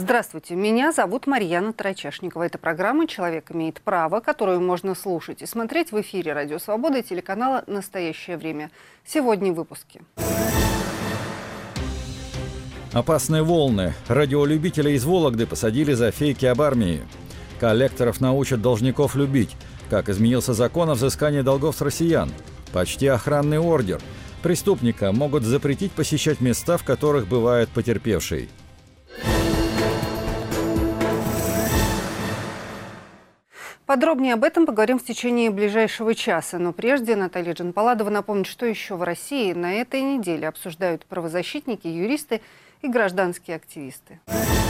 Здравствуйте, меня зовут Марьяна Тарачешникова. Это программа «Человек имеет право», которую можно слушать и смотреть в эфире «Радио Свобода» и телеканала «Настоящее время». Сегодня в выпуске. Опасные волны. Радиолюбителей из Вологды посадили за фейки об армии. Коллекторов научат должников любить. Как изменился закон о взыскании долгов с россиян. Почти охранный ордер. Преступника могут запретить посещать места, в которых бывает потерпевший. Подробнее об этом поговорим в течение ближайшего часа. Но прежде Наталья Джанпаладова напомнит, что еще в России на этой неделе обсуждают правозащитники, юристы и гражданские активисты.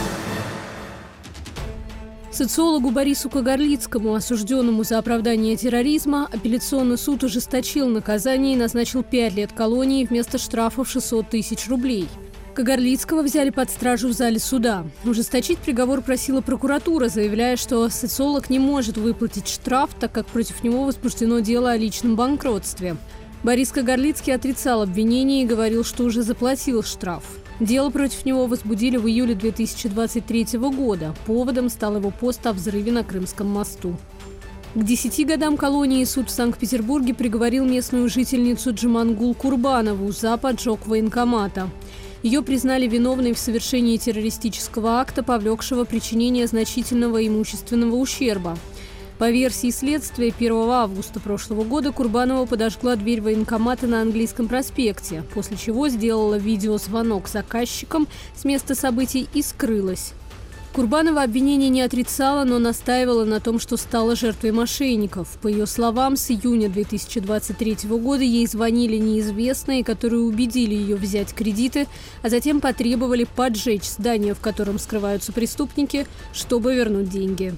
Социологу Борису Кагарлицкому, осужденному за оправдание терроризма, апелляционный суд ужесточил наказание и назначил 5 лет колонии вместо штрафа в 600 тысяч рублей. Кагарлицкого взяли под стражу в зале суда. Ужесточить приговор просила прокуратура, заявляя, что социолог не может выплатить штраф, так как против него возбуждено дело о личном банкротстве. Борис Кагарлицкий отрицал обвинение и говорил, что уже заплатил штраф. Дело против него возбудили в июле 2023 года. Поводом стал его пост о взрыве на Крымском мосту. К 10 годам колонии суд в Санкт-Петербурге приговорил местную жительницу Джумангул Курбанову за поджог военкомата. Ее признали виновной в совершении террористического акта, повлекшего причинение значительного имущественного ущерба. По версии следствия, 1 августа прошлого года Курбанова подожгла дверь военкомата на Английском проспекте, после чего сделала видеозвонок заказчикам с места событий и скрылась. Курбанова обвинение не отрицала, но настаивала на том, что стала жертвой мошенников. По ее словам, с июня 2023 года ей звонили неизвестные, которые убедили ее взять кредиты, а затем потребовали поджечь здание, в котором скрываются преступники, чтобы вернуть деньги.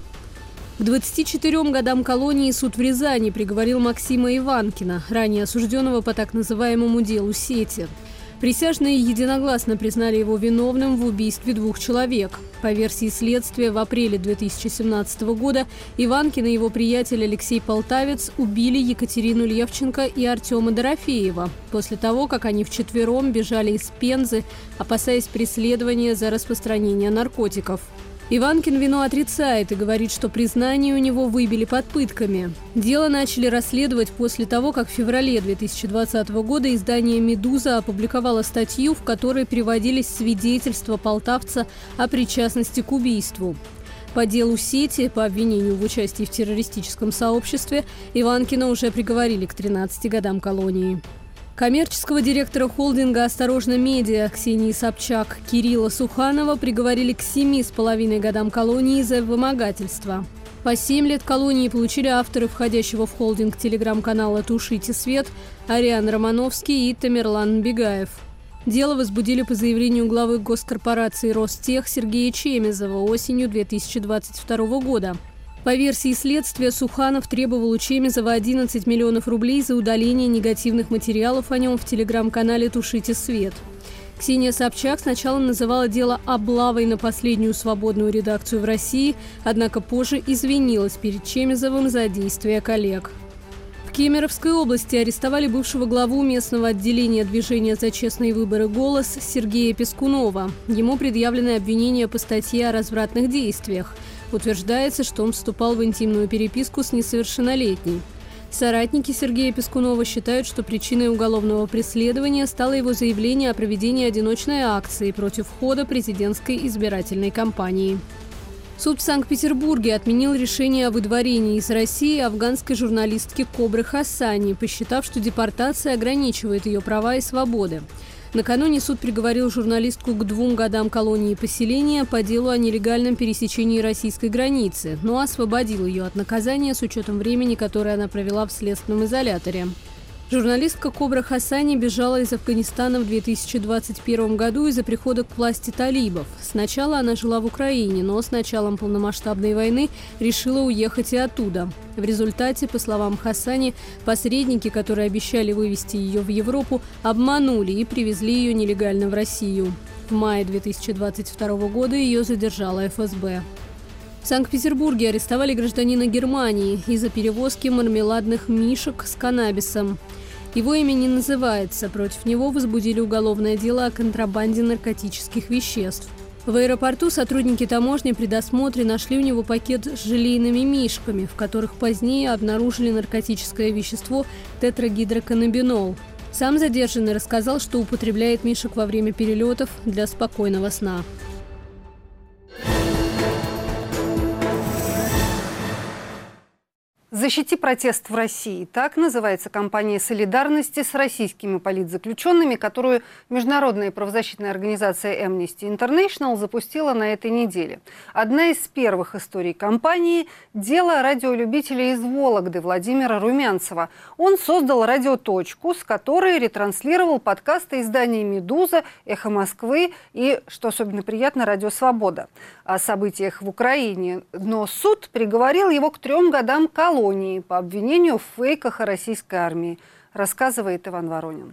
К 24 годам колонии суд в Рязани приговорил Максима Иванкина, ранее осужденного по так называемому делу «Сети». Присяжные единогласно признали его виновным в убийстве 2 человек. По версии следствия, в апреле 2017 года Иванкин и его приятель Алексей Полтавец убили Екатерину Левченко и Артема Дорофеева после того, как они вчетвером бежали из Пензы, опасаясь преследования за распространение наркотиков. Иванкин вину отрицает и говорит, что признание у него выбили под пытками. Дело начали расследовать после того, как в феврале 2020 года издание «Медуза» опубликовало статью, в которой приводились свидетельства полтавца о причастности к убийству. По делу «Сети», по обвинению в участии в террористическом сообществе, Иванкина уже приговорили к 13 годам колонии. Коммерческого директора холдинга «Осторожно Медиа» Ксении Собчак Кирилла Суханова приговорили к 7,5 годам колонии за вымогательство. По 7 лет колонии получили авторы входящего в холдинг телеграм-канала «Тушите свет» Ариан Романовский и Тамерлан Бегаев. Дело возбудили по заявлению главы госкорпорации «Ростех» Сергея Чемезова осенью 2022 года. По версии следствия, Суханов требовал у Чемезова 11 миллионов рублей за удаление негативных материалов о нем в телеграм-канале «Тушите свет». Ксения Собчак сначала называла дело облавой на последнюю свободную редакцию в России, однако позже извинилась перед Чемезовым за действия коллег. В Кемеровской области арестовали бывшего главу местного отделения движения «За честные выборы. Голос» Сергея Пескунова. Ему предъявлены обвинения по статье о развратных действиях. Утверждается, что он вступал в интимную переписку с несовершеннолетней. Соратники Сергея Пескунова считают, что причиной уголовного преследования стало его заявление о проведении одиночной акции против хода президентской избирательной кампании. Суд в Санкт-Петербурге отменил решение о выдворении из России афганской журналистки Кобры Хассани, посчитав, что депортация ограничивает ее права и свободы. Накануне суд приговорил журналистку к 2 годам колонии поселения по делу о нелегальном пересечении российской границы, но освободил ее от наказания с учетом времени, которое она провела в следственном изоляторе. Журналистка Кобра Хассани бежала из Афганистана в 2021 году из-за прихода к власти талибов. Сначала она жила в Украине, но с началом полномасштабной войны решила уехать и оттуда. В результате, по словам Хассани, посредники, которые обещали вывести ее в Европу, обманули и привезли ее нелегально в Россию. В мае 2022 года ее задержала ФСБ. В Санкт-Петербурге арестовали гражданина Германии из-за перевозки мармеладных мишек с каннабисом. Его имя не называется. Против него возбудили уголовное дело о контрабанде наркотических веществ. В аэропорту сотрудники таможни при досмотре нашли у него пакет с желейными мишками, в которых позднее обнаружили наркотическое вещество тетрагидроканнабинол. Сам задержанный рассказал, что употребляет мишек во время перелетов для спокойного сна. «Защити протест в России». Так называется кампания солидарности с российскими политзаключенными, которую международная правозащитная организация Amnesty International запустила на этой неделе. Одна из первых историй кампании – дело радиолюбителя из Вологды Владимира Румянцева. Он создал радиоточку, с которой ретранслировал подкасты изданий «Медуза», «Эхо Москвы» и, что особенно приятно, «Радио Свобода» о событиях в Украине. Но суд приговорил его к 3 годам колонии по обвинению в фейках о российской армии, рассказывает Иван Воронин.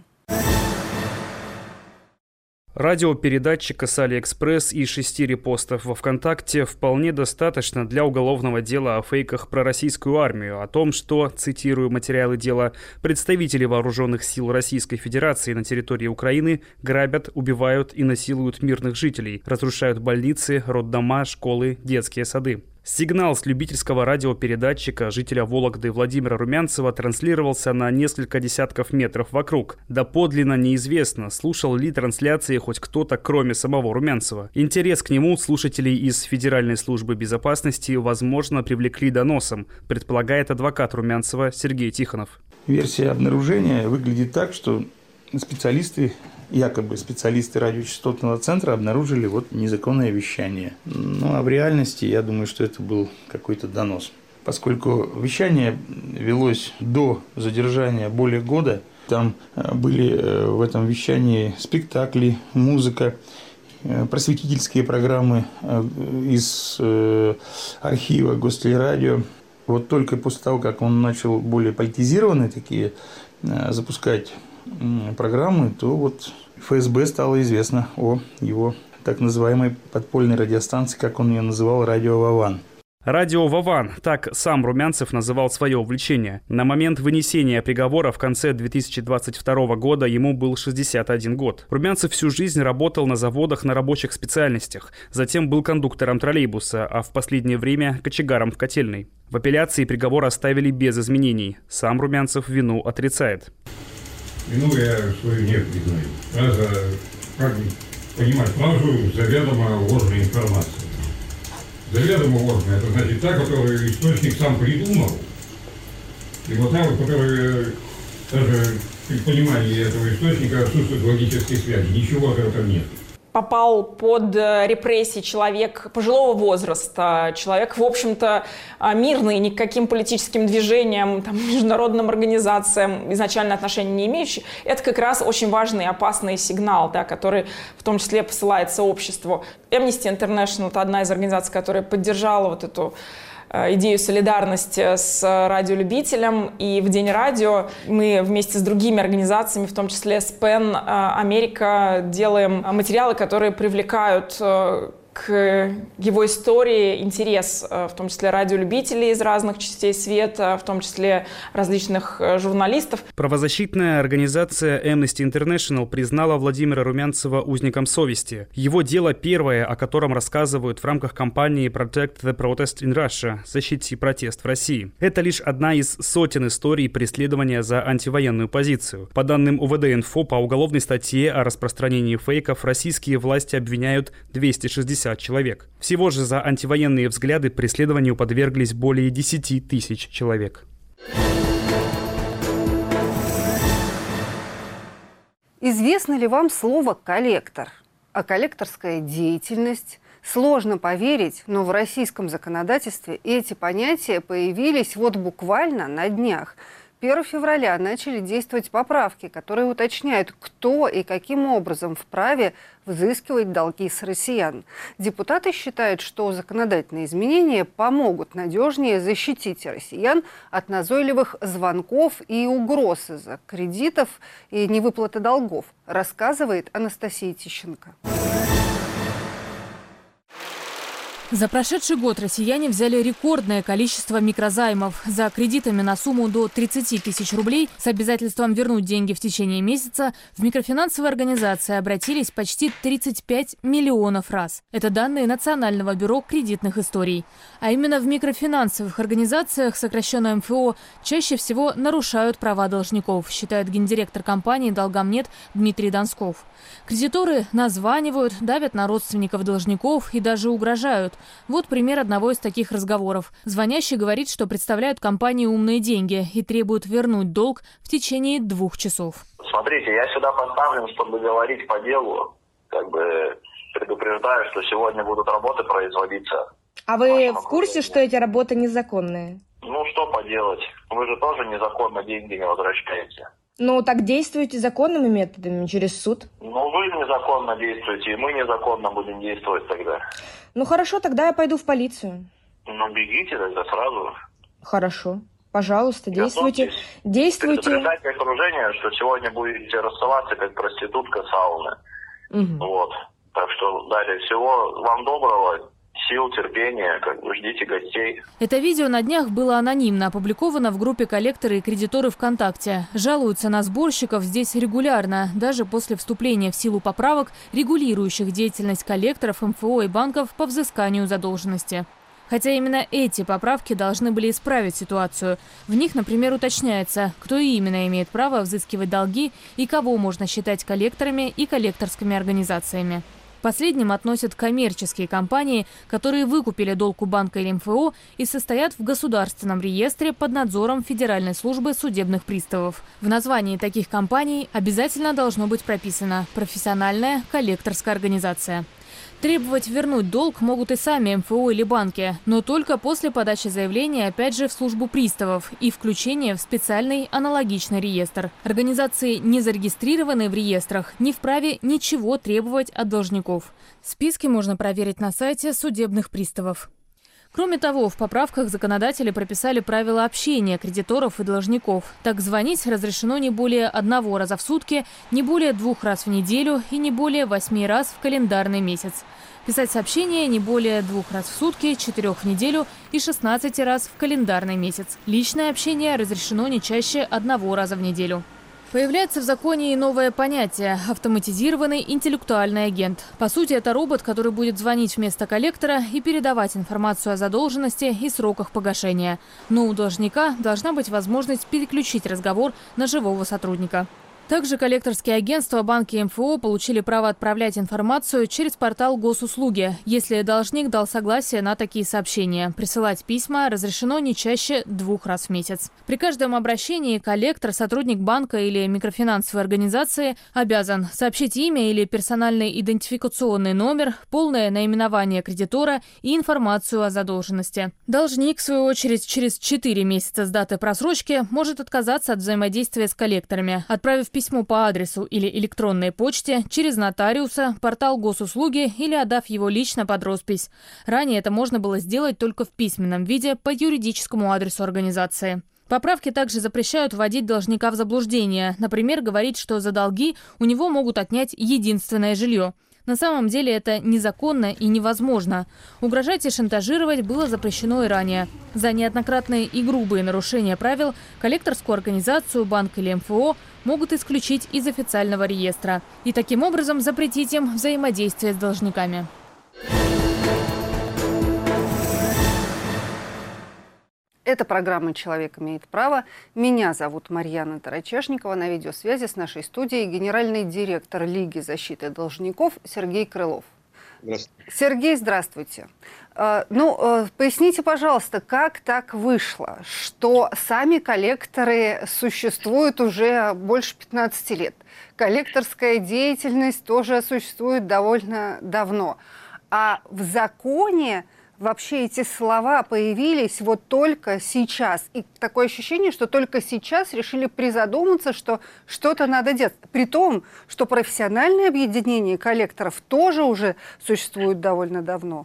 Радиопередатчика с Алиэкспресс и 6 репостов во ВКонтакте вполне достаточно для уголовного дела о фейках про российскую армию, о том, что, цитирую материалы дела, представители вооруженных сил Российской Федерации на территории Украины грабят, убивают и насилуют мирных жителей, разрушают больницы, роддома, школы, детские сады. Сигнал с любительского радиопередатчика жителя Вологды Владимира Румянцева транслировался на несколько десятков метров вокруг. Доподлинно неизвестно, слушал ли трансляции хоть кто-то, кроме самого Румянцева. Интерес к нему слушателей из Федеральной службы безопасности, возможно, привлекли доносом, предполагает адвокат Румянцева Сергей Тихонов. Версия обнаружения выглядит так, что якобы специалисты радиочастотного центра обнаружили незаконное вещание. А в реальности, я думаю, что это был какой-то донос. Поскольку вещание велось до задержания более года, там были в этом вещании спектакли, музыка, просветительские программы из архива Гостелерадио. Только после того, как он начал более политизированные такие запускать программы, то ФСБ стало известно о его так называемой подпольной радиостанции, как он ее называл, «Радио Вован». «Радио Вован» – так сам Румянцев называл свое увлечение. На момент вынесения приговора в конце 2022 года ему был 61 год. Румянцев всю жизнь работал на заводах на рабочих специальностях. Затем был кондуктором троллейбуса, а в последнее время – кочегаром в котельной. В апелляции приговор оставили без изменений. Сам Румянцев вину отрицает. Вину я свою не признаю. Как понимать фразу «заведомо ложная информация». Заведомо ложная – это значит та, которую источник сам придумал. И та, которая даже при понимании этого источника отсутствует логической связи. Ничего этого там нет. Попал под репрессии человек пожилого возраста, человек, в общем-то, мирный, ни к каким политическим движениям, международным организациям изначально отношения не имеющий. Это как раз очень важный и опасный сигнал, который в том числе посылается обществу. Amnesty International – это одна из организаций, которая поддержала эту идею солидарности с радиолюбителем. И в День радио мы вместе с другими организациями, в том числе с PEN Америка, делаем материалы, которые привлекают к его истории интерес, в том числе радиолюбителей из разных частей света, в том числе различных журналистов. Правозащитная организация Amnesty International признала Владимира Румянцева узником совести. Его дело первое, о котором рассказывают в рамках кампании Protect the Protest in Russia – «Защити протест в России». Это лишь одна из сотен историй преследования за антивоенную позицию. По данным УВД-Инфо, по уголовной статье о распространении фейков российские власти обвиняют 260 человек. Всего же за антивоенные взгляды преследованию подверглись более 10 тысяч человек. Известно ли вам слово «коллектор»? А коллекторская деятельность? Сложно поверить, но в российском законодательстве эти понятия появились буквально на днях. 1 февраля начали действовать поправки, которые уточняют, кто и каким образом вправе взыскивать долги с россиян. Депутаты считают, что законодательные изменения помогут надежнее защитить россиян от назойливых звонков и угроз из-за кредитов и невыплаты долгов, рассказывает Анастасия Тищенко. За прошедший год россияне взяли рекордное количество микрозаймов. За кредитами на сумму до 30 тысяч рублей с обязательством вернуть деньги в течение месяца в микрофинансовые организации обратились почти 35 миллионов раз. Это данные Национального бюро кредитных историй. А именно в микрофинансовых организациях, сокращенно МФО, чаще всего нарушают права должников, считает гендиректор компании «Долгомнет» Дмитрий Донсков. Кредиторы названивают, давят на родственников должников и даже угрожают. Вот пример одного из таких разговоров. Звонящий говорит, что представляют компанию «Умные деньги» и требуют вернуть долг в течение 2 часов. Смотрите, я сюда поставлен, чтобы говорить по делу. Предупреждаю, что сегодня будут работы производиться. А вы в курсе, что эти работы незаконные? Ну, что поделать? Вы же тоже незаконно деньги не возвращаете. Ну, так действуйте законными методами, через суд. Ну, вы незаконно действуете, и мы незаконно будем действовать тогда. Ну, хорошо, тогда я пойду в полицию. Ну, бегите тогда сразу. Хорошо. Пожалуйста, действуйте. Готовьтесь. Действуйте. Предупреждайте окружение, что сегодня будете расставаться как проститутка сауны. Угу. Вот. Так что далее всего вам доброго. Сил, терпения, ждите гостей. Это видео на днях было анонимно опубликовано в группе «Коллекторы и кредиторы ВКонтакте». Жалуются на сборщиков здесь регулярно, даже после вступления в силу поправок, регулирующих деятельность коллекторов, МФО и банков по взысканию задолженности. Хотя именно эти поправки должны были исправить ситуацию. В них, например, уточняется, кто именно имеет право взыскивать долги и кого можно считать коллекторами и коллекторскими организациями. Последним относят коммерческие компании, которые выкупили долг у банка или МФО и состоят в государственном реестре под надзором Федеральной службы судебных приставов. В названии таких компаний обязательно должно быть прописано «профессиональная коллекторская организация». Требовать вернуть долг могут и сами МФО или банки, но только после подачи заявления, опять же, в службу приставов и включения в специальный аналогичный реестр. Организации, не зарегистрированные в реестрах, не вправе ничего требовать от должников. Списки можно проверить на сайте судебных приставов. Кроме того, в поправках законодатели прописали правила общения кредиторов и должников. Так, звонить разрешено не более 1 раза в сутки, не более 2 раз в неделю и не более 8 раз в календарный месяц. Писать сообщения не более 2 раз в сутки, 4 в неделю и 16 раз в календарный месяц. Личное общение разрешено не чаще 1 раза в неделю. Появляется в законе и новое понятие – автоматизированный интеллектуальный агент. По сути, это робот, который будет звонить вместо коллектора и передавать информацию о задолженности и сроках погашения. Но у должника должна быть возможность переключить разговор на живого сотрудника. Также коллекторские агентства, банки и МФО получили право отправлять информацию через портал госуслуги, если должник дал согласие на такие сообщения. Присылать письма разрешено не чаще 2 раз в месяц. При каждом обращении коллектор, сотрудник банка или микрофинансовой организации обязан сообщить имя или персональный идентификационный номер, полное наименование кредитора и информацию о задолженности. Должник, в свою очередь, через 4 месяца с даты просрочки может отказаться от взаимодействия с коллекторами, отправив письмо по адресу или электронной почте, через нотариуса, портал госуслуги или отдав его лично под роспись. Ранее это можно было сделать только в письменном виде по юридическому адресу организации. Поправки также запрещают вводить должника в заблуждение. Например, говорить, что за долги у него могут отнять единственное жилье. На самом деле это незаконно и невозможно. Угрожать и шантажировать было запрещено и ранее. За неоднократные и грубые нарушения правил коллекторскую организацию, банк или МФО могут исключить из официального реестра и таким образом запретить им взаимодействие с должниками. Это программа «Человек имеет право». Меня зовут Марьяна Тарачешникова. На видеосвязи с нашей студией генеральный директор Лиги защиты должников Сергей Крылов. Здравствуйте. Сергей, здравствуйте. Поясните, пожалуйста, как так вышло, что сами коллекторы существуют уже больше 15 лет? Коллекторская деятельность тоже существует довольно давно. А в законе вообще эти слова появились вот только сейчас. И такое ощущение, что только сейчас решили призадуматься, что что-то надо делать. При том, что профессиональные объединения коллекторов тоже уже существуют довольно давно.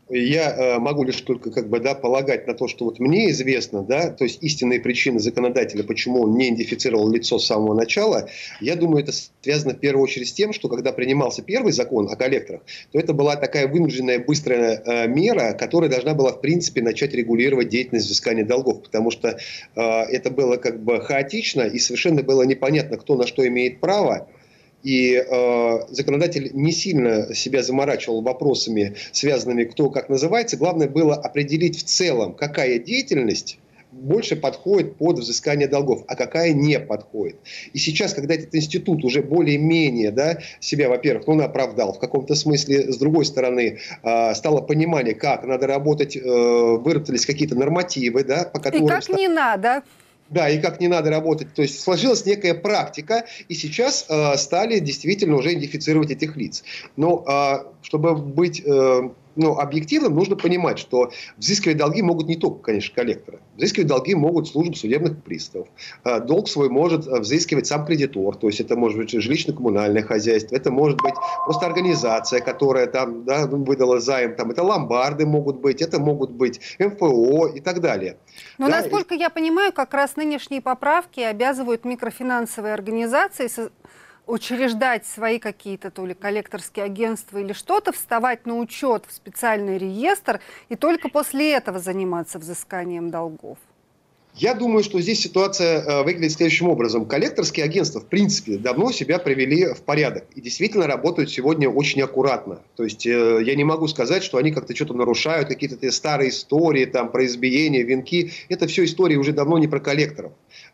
Я могу лишь только полагать на то, что вот мне известно, да, то есть истинные причины законодателя, почему он не идентифицировал лицо с самого начала. Я думаю, это связано в первую очередь с тем, что когда принимался первый закон о коллекторах, то это была такая вынужденная быстрая мера, которая должна была в принципе начать регулировать деятельность взыскания долгов, потому что это было хаотично и совершенно было непонятно, кто на что имеет право. И законодатель не сильно себя заморачивал вопросами, связанными кто как называется. Главное было определить в целом, какая деятельность больше подходит под взыскание долгов, а какая не подходит. И сейчас, когда этот институт уже более-менее себя, во-первых, оправдал в каком-то смысле, с другой стороны, стало понимание, как надо работать, выработались какие-то нормативы, по которым... И как не надо. Да, и как не надо работать. То есть сложилась некая практика, и сейчас стали действительно уже идентифицировать этих лиц. Но чтобы быть объективным, нужно понимать, что взыскивать долги могут не только, конечно, коллекторы. Взыскивать долги могут службы судебных приставов. Долг свой может взыскивать сам кредитор, то есть это может быть жилищно-коммунальное хозяйство, это может быть просто организация, которая выдала займ, это ломбарды могут быть, это могут быть МФО и так далее. Но насколько я понимаю, как раз нынешние поправки обязывают микрофинансовые организации учреждать свои какие-то то ли коллекторские агентства или что-то, вставать на учет в специальный реестр и только после этого заниматься взысканием долгов. Я думаю, что здесь ситуация выглядит следующим образом. Коллекторские агентства, в принципе, давно себя привели в порядок и действительно работают сегодня очень аккуратно. То есть я не могу сказать, что они как-то что-то нарушают, какие-то старые истории про избиения, венки. Это все истории уже давно не про коллекторов.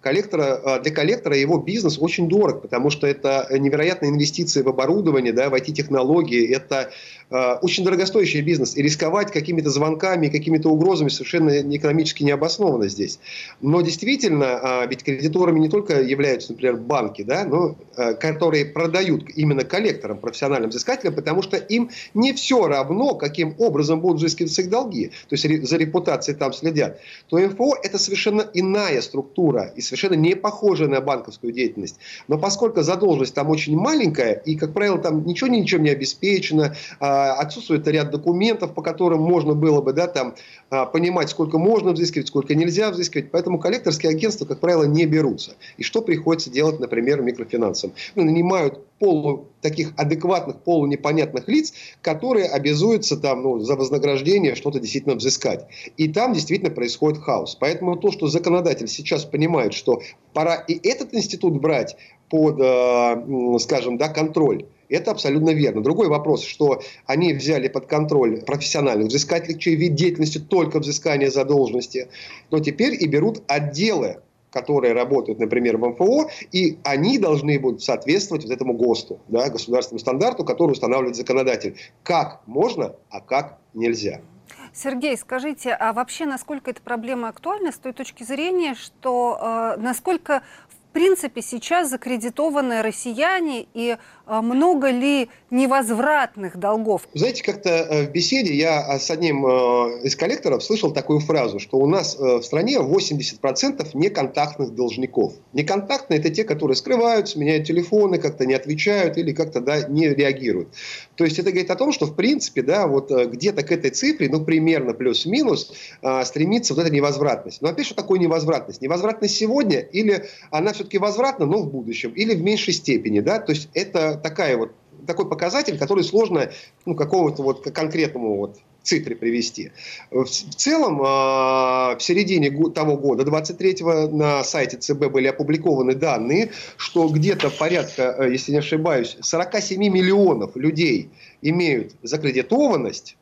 Для коллектора его бизнес очень дорог, потому что это невероятные инвестиции в оборудование, в IT-технологии. Это очень дорогостоящий бизнес. И рисковать какими-то звонками, какими-то угрозами совершенно экономически необоснованно здесь. Но действительно, ведь кредиторами не только являются, например, банки, но, которые продают именно коллекторам, профессиональным взыскателям, потому что им не все равно, каким образом будут взыскиваться их долги. То есть за репутацией там следят. То МФО – это совершенно иная структура и совершенно не похожая на банковскую деятельность. Но поскольку задолженность там очень маленькая, и, как правило, там ничем не обеспечено, отсутствует ряд документов, по которым можно было бы понимать, сколько можно взыскивать, сколько нельзя взыскивать. Поэтому коллекторские агентства, как правило, не берутся. И что приходится делать, например, микрофинансам? Нанимают таких адекватных, полунепонятных лиц, которые обязуются за вознаграждение что-то действительно взыскать. И там действительно происходит хаос. Поэтому то, что законодатель сейчас понимает, что пора и этот институт брать под, контроль, это абсолютно верно. Другой вопрос, что они взяли под контроль профессиональных взыскателей, чей вид деятельности только взыскание задолженности, но теперь и берут отделы, которые работают, например, в МФО, и они должны будут соответствовать этому ГОСТу, государственному стандарту, который устанавливает законодатель. Как можно, а как нельзя. Сергей, скажите, а вообще насколько эта проблема актуальна с той точки зрения, что насколько в принципе сейчас закредитованы россияне и много ли невозвратных долгов? Знаете, как-то в беседе я с одним из коллекторов слышал такую фразу, что у нас в стране 80% неконтактных должников. Неконтактные – это те, которые скрываются, меняют телефоны, как-то не отвечают или как-то не реагируют. То есть это говорит о том, что в принципе где-то к этой цифре, примерно плюс-минус, стремится эта невозвратность. Но опять, что такое невозвратность? Невозвратность сегодня или она все-таки возвратна, но в будущем, или в меньшей степени. То есть это такой показатель, который сложно какому-то конкретному цифре привести. В целом, в середине того года, 23-го, на сайте ЦБ были опубликованы данные, что где-то порядка, если не ошибаюсь, 47 миллионов людей имеют закредитованность,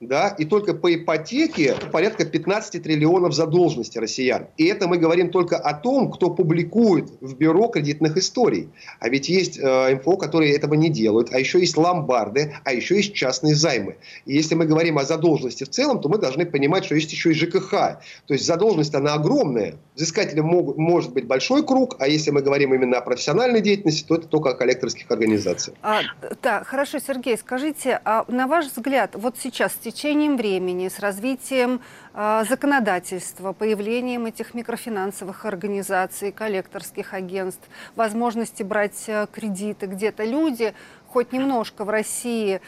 и только по ипотеке порядка 15 триллионов задолженности россиян. И это мы говорим только о том, кто публикует в бюро кредитных историй. А ведь есть МФО, которые этого не делают, а еще есть ломбарды, а еще есть частные займы. И если мы говорим о задолженности в целом, то мы должны понимать, что есть еще и ЖКХ. То есть задолженность, она огромная. Взыскателем может быть большой круг, а если мы говорим именно о профессиональной деятельности, то это только о коллекторских организациях. Хорошо, Сергей, скажите, а на ваш взгляд, вот сейчас, с течением времени, с развитием законодательства, появлением этих микрофинансовых организаций, коллекторских агентств, возможности брать кредиты где-то, люди хоть немножко в России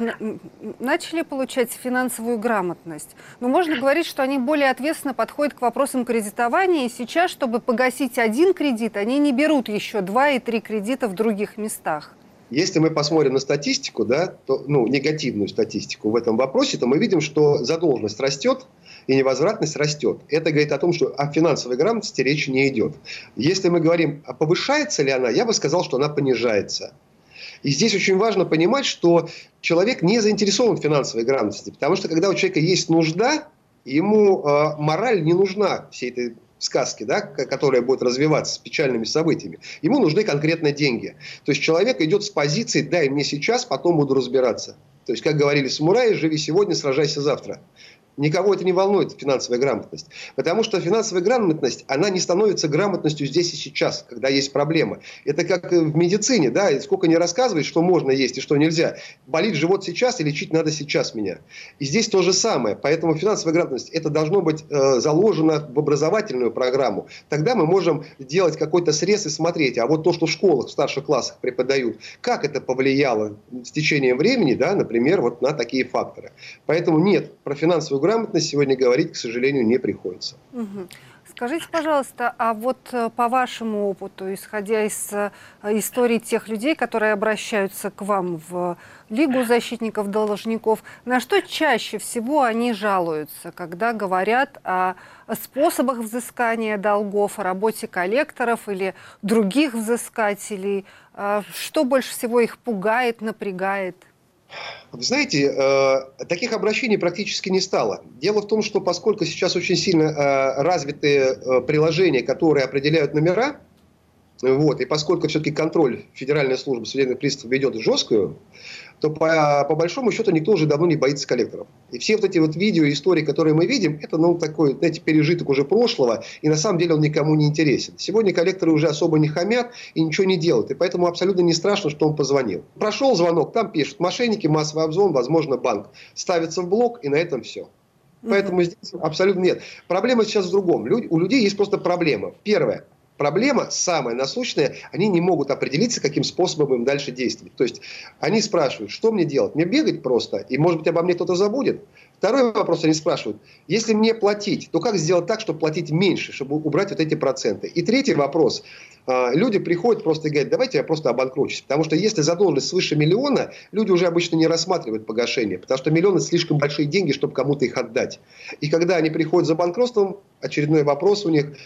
начали получать финансовую грамотность. Но можно говорить, что они более ответственно подходят к вопросам кредитования. И сейчас, чтобы погасить один кредит, они не берут еще 2 и 3 кредита в других местах. Если мы посмотрим на статистику, да, то, негативную статистику в этом вопросе, то мы видим, что задолженность растет и невозвратность растет. Это говорит о том, что о финансовой грамотности речи не идет. Если мы говорим, повышается ли она, я бы сказал, что она понижается. И здесь очень важно понимать, что человек не заинтересован в финансовой грамотности, потому что когда у человека есть нужда, ему мораль не нужна всей этой сказки, да, которая будет развиваться с печальными событиями. Ему нужны конкретно деньги. То есть человек идет с позиции «дай мне сейчас, потом буду разбираться». То есть, как говорили самураи, живи сегодня, сражайся завтра. Никого это не волнует, финансовая грамотность. Потому что финансовая грамотность, она не становится грамотностью здесь и сейчас, когда есть проблема. Это как в медицине, да, и сколько не рассказываешь, что можно есть и что нельзя. Болит живот сейчас и лечить надо сейчас меня. И здесь то же самое. Поэтому финансовая грамотность, это должно быть заложено в образовательную программу. Тогда мы можем делать какой-то срез и смотреть, а вот то, что в школах, в старших классах преподают, как это повлияло с течением времени, да, например, вот на такие факторы. Поэтому нет, про финансовую грамотность сегодня говорить, к сожалению, не приходится. Угу. Скажите, пожалуйста, а вот по вашему опыту, исходя из истории тех людей, которые обращаются к вам в Лигу защитников должников, на что чаще всего они жалуются, когда говорят о способах взыскания долгов, о работе коллекторов или других взыскателей? Что больше всего их пугает, напрягает? Вы знаете, таких обращений практически не стало. Дело в том, что поскольку сейчас очень сильно развиты приложения, которые определяют номера, вот, и поскольку все-таки контроль Федеральная служба судебных приставов ведет жесткую, то по большому счету никто уже давно не боится коллекторов. И все вот эти вот видео и истории, которые мы видим, это такой, знаете, пережиток уже прошлого, и на самом деле он никому не интересен. Сегодня коллекторы уже особо не хамят и ничего не делают, и поэтому абсолютно не страшно, что он позвонил. Прошел звонок, там пишут мошенники, массовый обзвон, возможно, банк. Ставится в блок, и на этом все. Поэтому здесь абсолютно нет. Проблема сейчас в другом. У людей есть просто проблема. Первое. Проблема самая насущная, они не могут определиться, каким способом им дальше действовать. То есть они спрашивают, что мне делать? Мне бегать просто, и может быть обо мне кто-то забудет? Второй вопрос они спрашивают, если мне платить, то как сделать так, чтобы платить меньше, чтобы убрать вот эти проценты? И третий вопрос. Люди приходят просто и говорят, давайте я просто обанкрочусь. Потому что если задолженность свыше 1 миллиона, люди уже обычно не рассматривают погашение. Потому что 1 миллион – это слишком большие деньги, чтобы кому-то их отдать. И когда они приходят за банкротством, очередной вопрос у них.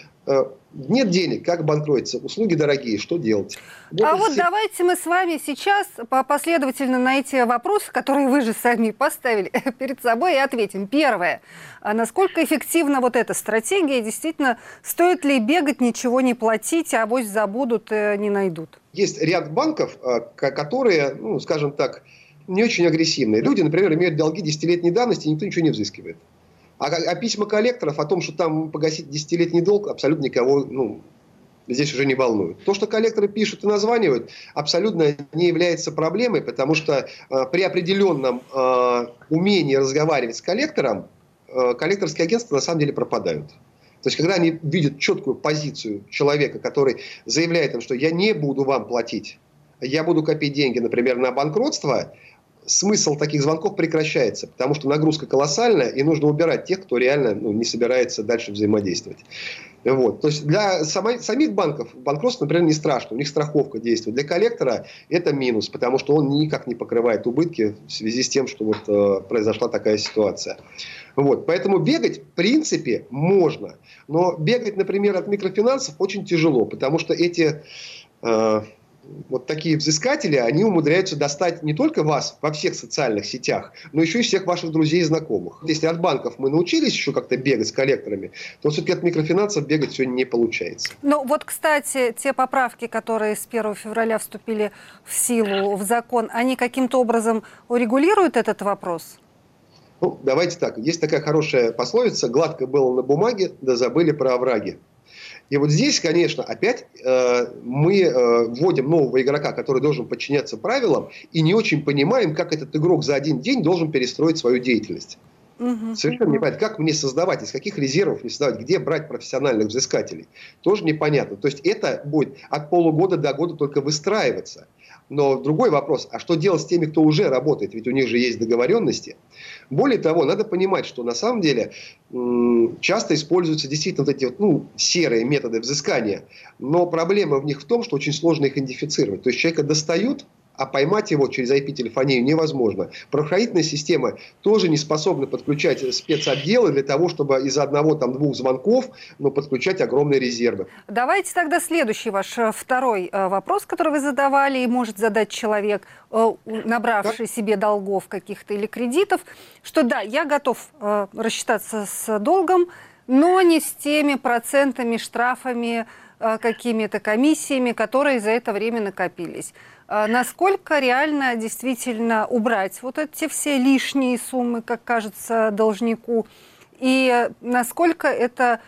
Нет денег, как банкротиться? Услуги дорогие, что делать? Вот давайте мы с вами сейчас последовательно на эти вопросы, которые вы же сами поставили перед собой, и ответим. Первое. Насколько эффективна вот эта стратегия? Действительно, стоит ли бегать, ничего не платить, а авось забудут, не найдут? Есть ряд банков, которые, скажем так, не очень агрессивные. Люди, например, имеют долги 10-летней давности, и никто ничего не взыскивает. А письма коллекторов о том, что там погасить 10-летний долг, абсолютно никого здесь уже не волнует. То, что коллекторы пишут и названивают, абсолютно не является проблемой, потому что при определенном умении разговаривать с коллектором, коллекторские агентства на самом деле пропадают. То есть, когда они видят четкую позицию человека, который заявляет им, что я не буду вам платить, я буду копить деньги, например, на банкротство, смысл таких звонков прекращается, потому что нагрузка колоссальная, и нужно убирать тех, кто реально не собирается дальше взаимодействовать. Вот. То есть для самих банков банкротство, например, не страшно, у них страховка действует. Для коллектора это минус, потому что он никак не покрывает убытки в связи с тем, что произошла такая ситуация. Вот. Поэтому бегать, в принципе, можно. Но бегать, например, от микрофинансов очень тяжело, потому что эти вот такие взыскатели, они умудряются достать не только вас во всех социальных сетях, но еще и всех ваших друзей и знакомых. Если от банков мы научились еще как-то бегать с коллекторами, то все-таки от микрофинансов бегать сегодня не получается. Ну вот, кстати, те поправки, которые с 1 февраля вступили в силу, в закон, они каким-то образом урегулируют этот вопрос? Давайте так. Есть такая хорошая пословица: «Гладко было на бумаге, да забыли про овраги». И вот здесь, конечно, опять мы вводим нового игрока, который должен подчиняться правилам, и не очень понимаем, как этот игрок за один день должен перестроить свою деятельность. Совершенно непонятно, как мне создавать, из каких резервов мне создавать, где брать профессиональных взыскателей. Тоже непонятно. То есть это будет от полугода до года только выстраиваться. Но другой вопрос, а что делать с теми, кто уже работает? Ведь у них же есть договоренности. Более того, надо понимать, что на самом деле часто используются действительно вот эти серые методы взыскания. Но проблема в них в том, что очень сложно их идентифицировать. То есть человека достают, а поймать его через IP-телефонию невозможно. Правоохранительная система тоже не способна подключать спецотделы для того, чтобы из одного-двух звонков подключать огромные резервы. Давайте тогда следующий ваш второй вопрос, который вы задавали, и может задать человек, набравший себе долгов каких-то или кредитов, что да, я готов рассчитаться с долгом, но не с теми процентами, штрафами, какими-то комиссиями, которые за это время накопились. Насколько реально действительно убрать вот эти все лишние суммы, как кажется должнику, и насколько это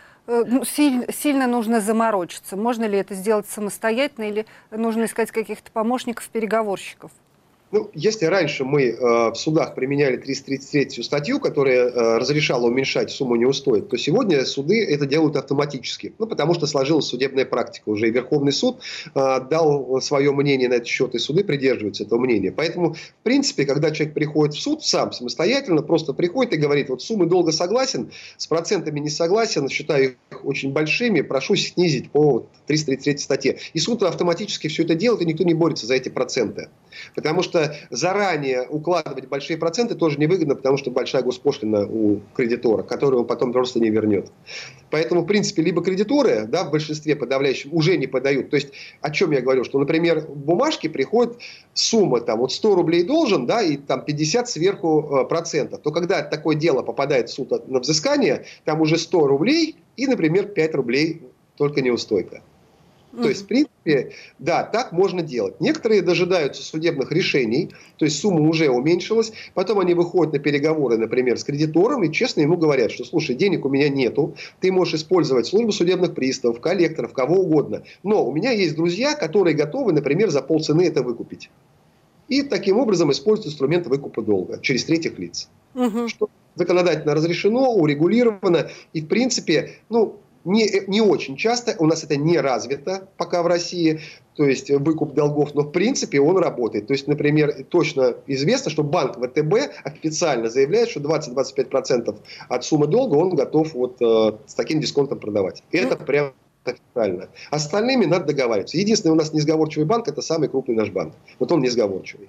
сильно нужно заморочиться? Можно ли это сделать самостоятельно или нужно искать каких-то помощников, переговорщиков? Если раньше мы в судах применяли 333 статью, которая разрешала уменьшать сумму неустойки, то сегодня суды это делают автоматически. Потому что сложилась судебная практика. Уже и Верховный суд дал свое мнение на этот счет, и суды придерживаются этого мнения. Поэтому, в принципе, когда человек приходит в суд сам, самостоятельно, просто приходит и говорит, вот суммы долга согласен, с процентами не согласен, считаю их очень большими, прошу снизить по 333 статье. И суд автоматически все это делает, и никто не борется за эти проценты. Потому что заранее укладывать большие проценты тоже невыгодно, потому что большая госпошлина у кредитора, которую он потом просто не вернет. Поэтому, в принципе, либо кредиторы, в большинстве подавляющем, уже не подают. То есть, о чем я говорю, что, например, в бумажке приходит сумма, 100 рублей должен, и 50 сверху процентов. То когда такое дело попадает в суд на взыскание, там уже 100 рублей и, например, 5 рублей только неустойка. То есть, в принципе, да, так можно делать. Некоторые дожидаются судебных решений, то есть сумма уже уменьшилась, потом они выходят на переговоры, например, с кредитором и честно ему говорят, что, слушай, денег у меня нету, ты можешь использовать службу судебных приставов, коллекторов, кого угодно, но у меня есть друзья, которые готовы, например, за полцены это выкупить. И таким образом используют инструмент выкупа долга через третьих лиц. Что законодательно разрешено, урегулировано и, в принципе, не очень часто, у нас это не развито пока в России, то есть выкуп долгов, но в принципе он работает. То есть, например, точно известно, что банк ВТБ официально заявляет, что 20-25% от суммы долга он готов с таким дисконтом продавать. Это прям официально. Остальными надо договариваться. Единственный у нас несговорчивый банк – это самый крупный наш банк. Вот он несговорчивый.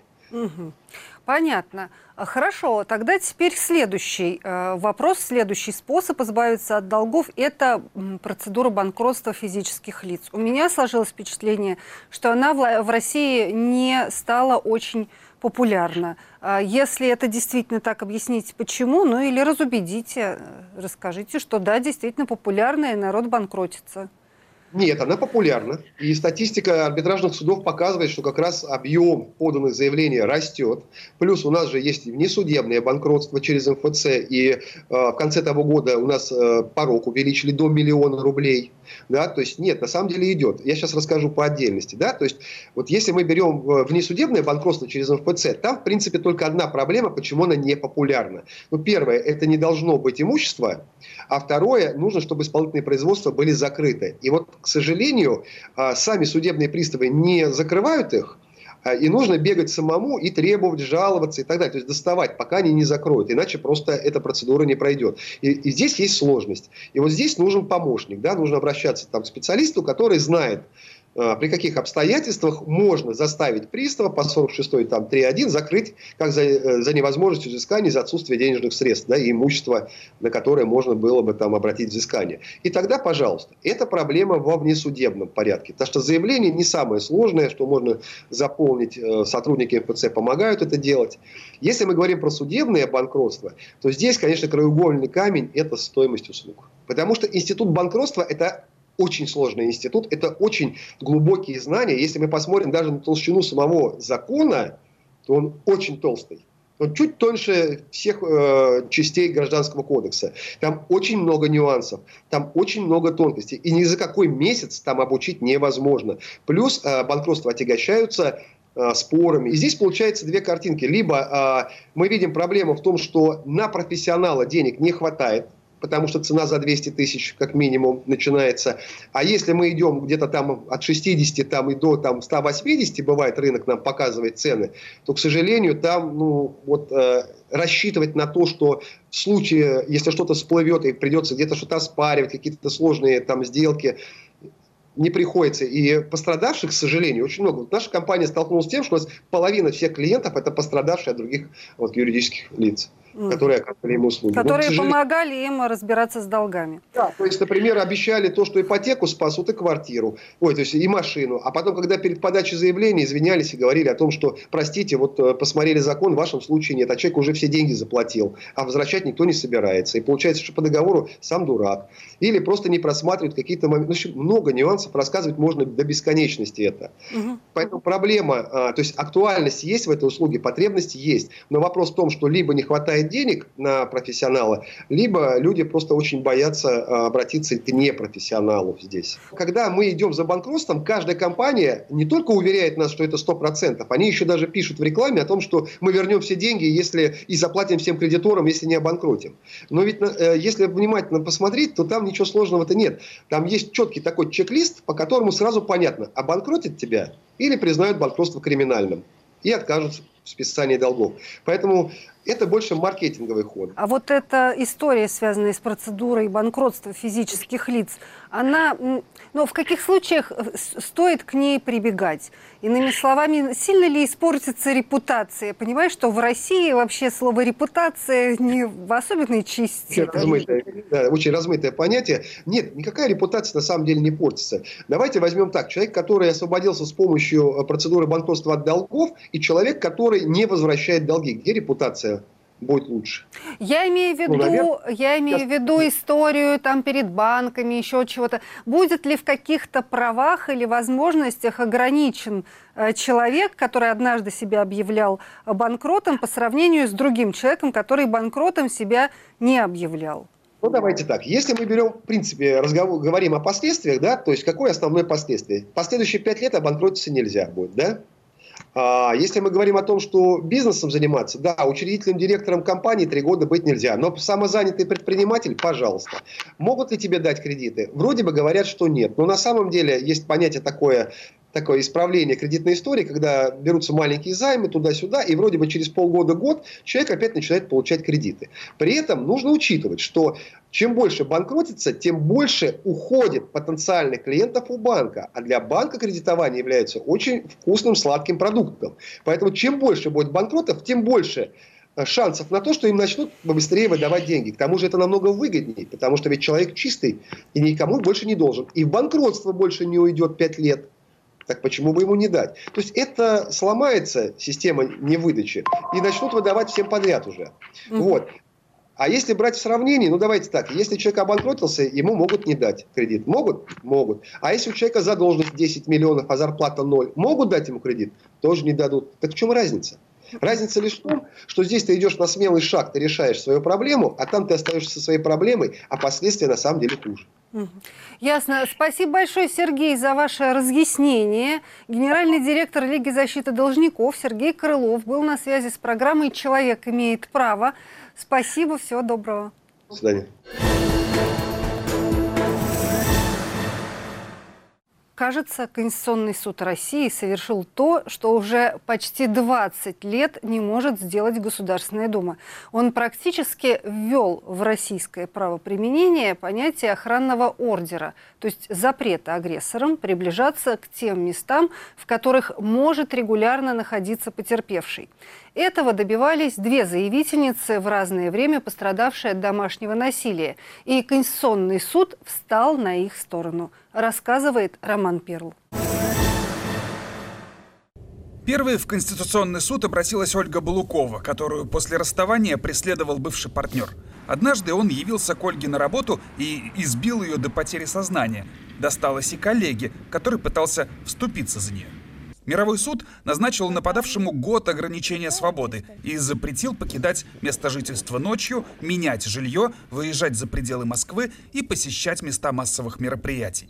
Понятно. Хорошо, тогда теперь следующий вопрос, следующий способ избавиться от долгов – это процедура банкротства физических лиц. У меня сложилось впечатление, что она в России не стала очень популярна. Если это действительно так, объясните почему, или разубедите, расскажите, что да, действительно популярна и народ банкротится. Нет, она популярна. И статистика арбитражных судов показывает, что как раз объем поданных заявлений растет. Плюс у нас же есть внесудебное банкротство через МФЦ. И в конце того года у нас порог увеличили до 1 миллиона рублей. То есть нет, на самом деле идет. Я сейчас расскажу по отдельности. То есть вот если мы берем внесудебное банкротство через МФЦ, там в принципе только одна проблема, почему она не популярна. Первое, это не должно быть имущество. А второе, нужно, чтобы исполнительные производства были закрыты. И вот, к сожалению, сами судебные приставы не закрывают их, и нужно бегать самому и требовать, жаловаться и так далее. То есть доставать, пока они не закроют. Иначе просто эта процедура не пройдет. И здесь есть сложность. И вот здесь нужен помощник. Нужно обращаться к специалисту, который знает, при каких обстоятельствах можно заставить пристава по 46-й 3.1 закрыть как за невозможностью взыскания, за отсутствие денежных средств и имущества, на которое можно было бы обратить взыскание. И тогда, пожалуйста, это проблема во внесудебном порядке. Потому что заявление не самое сложное, что можно заполнить, сотрудники МФЦ помогают это делать. Если мы говорим про судебное банкротство, то здесь, конечно, краеугольный камень – это стоимость услуг. Потому что институт банкротства – это очень сложный институт, это очень глубокие знания. Если мы посмотрим даже на толщину самого закона, то он очень толстый. Он чуть тоньше всех частей Гражданского кодекса. Там очень много нюансов, там очень много тонкостей. И ни за какой месяц там обучить невозможно. Плюс банкротства отягощаются спорами. И здесь получается две картинки. Либо мы видим проблему в том, что на профессионала денег не хватает, потому что цена за 200 тысяч как минимум начинается. А если мы идем где-то там от 60 там, и до там, 180, бывает, рынок нам показывает цены, то, к сожалению, там рассчитывать на то, что в случае, если что-то всплывет и придется где-то что-то оспаривать, какие-то сложные там сделки, не приходится. И пострадавших, к сожалению, очень много. Вот наша компания столкнулась с тем, что у нас половина всех клиентов – это пострадавшие от других юридических лиц, которые оказывали им услуги. Которые помогали им разбираться с долгами. Да, то есть, например, обещали то, что ипотеку спасут и квартиру, то есть и машину. А потом, когда перед подачей заявления извинялись и говорили о том, что, простите, посмотрели закон, в вашем случае нет, а человек уже все деньги заплатил, а возвращать никто не собирается. И получается, что по договору сам дурак. Или просто не просматривают какие-то моменты. Много нюансов, рассказывать можно до бесконечности это. Поэтому проблема, то есть актуальность есть в этой услуге, потребность есть. Но вопрос в том, что либо не хватает денег на профессионала, либо люди просто очень боятся обратиться к непрофессионалу здесь. Когда мы идем за банкротством, каждая компания не только уверяет нас, что это 100%, они еще даже пишут в рекламе о том, что мы вернем все деньги и заплатим всем кредиторам, если не обанкротим. Но ведь если внимательно посмотреть, то там ничего сложного-то нет. Там есть четкий такой чек-лист, по которому сразу понятно, обанкротят тебя или признают банкротство криминальным и откажут в списании долгов. Поэтому это больше маркетинговый ход. А вот эта история, связанная с процедурой банкротства физических лиц, она, в каких случаях стоит к ней прибегать? Иными словами, сильно ли испортится репутация? Понимаешь, что в России вообще слово «репутация» не в особенной части. Очень размытое понятие. Нет, никакая репутация на самом деле не портится. Давайте возьмем так. Человек, который освободился с помощью процедуры банкротства от долгов, и человек, который не возвращает долги. Где репутация будет лучше? Я имею в виду историю там перед банками, еще чего-то. Будет ли в каких-то правах или возможностях ограничен человек, который однажды себя объявлял банкротом, по сравнению с другим человеком, который банкротом себя не объявлял? Давайте так. Если мы берем, в принципе, говорим о последствиях, да, то есть какое основное последствие? Последующие 5 лет обанкротиться нельзя будет, да? Если мы говорим о том, что бизнесом заниматься, да, учредителем, директором компании 3 года быть нельзя. Но самозанятый предприниматель, пожалуйста. Могут ли тебе дать кредиты? Вроде бы говорят, что нет. Но на самом деле есть понятие такое исправление кредитной истории, когда берутся маленькие займы туда-сюда, и вроде бы через полгода-год человек опять начинает получать кредиты. При этом нужно учитывать, что чем больше банкротится, тем больше уходит потенциальных клиентов у банка. А для банка кредитование является очень вкусным, сладким продуктом. Поэтому чем больше будет банкротов, тем больше шансов на то, что им начнут быстрее выдавать деньги. К тому же это намного выгоднее, потому что ведь человек чистый и никому больше не должен. И в банкротство больше не уйдет 5 лет. Так почему бы ему не дать? То есть это сломается система невыдачи и начнут выдавать всем подряд уже. Вот. А если брать в сравнении, давайте так, если человек обанкротился, ему могут не дать кредит. Могут? Могут. А если у человека задолженность 10 миллионов, а зарплата 0, могут дать ему кредит? Тоже не дадут. Так в чем разница? Разница лишь в том, что здесь ты идешь на смелый шаг, ты решаешь свою проблему, а там ты остаешься со своей проблемой, а последствия на самом деле хуже. Ясно. Спасибо большое, Сергей, за ваше разъяснение. Генеральный директор Лиги защиты должников Сергей Крылов был на связи с программой «Человек имеет право». Спасибо, всего доброго. До свидания. Кажется, Конституционный суд России совершил то, что уже почти 20 лет не может сделать Государственная Дума. Он практически ввел в российское правоприменение понятие охранного ордера, то есть запрета агрессорам приближаться к тем местам, в которых может регулярно находиться потерпевший. Этого добивались 2 заявительницы, в разное время пострадавшие от домашнего насилия. И Конституционный суд встал на их сторону, рассказывает Роман Перл. Первой в Конституционный суд обратилась Ольга Балукова, которую после расставания преследовал бывший партнер. Однажды он явился к Ольге на работу и избил ее до потери сознания. Досталось и коллеге, который пытался вступиться за нее. Мировой суд назначил нападавшему год ограничения свободы и запретил покидать место жительства ночью, менять жилье, выезжать за пределы Москвы и посещать места массовых мероприятий.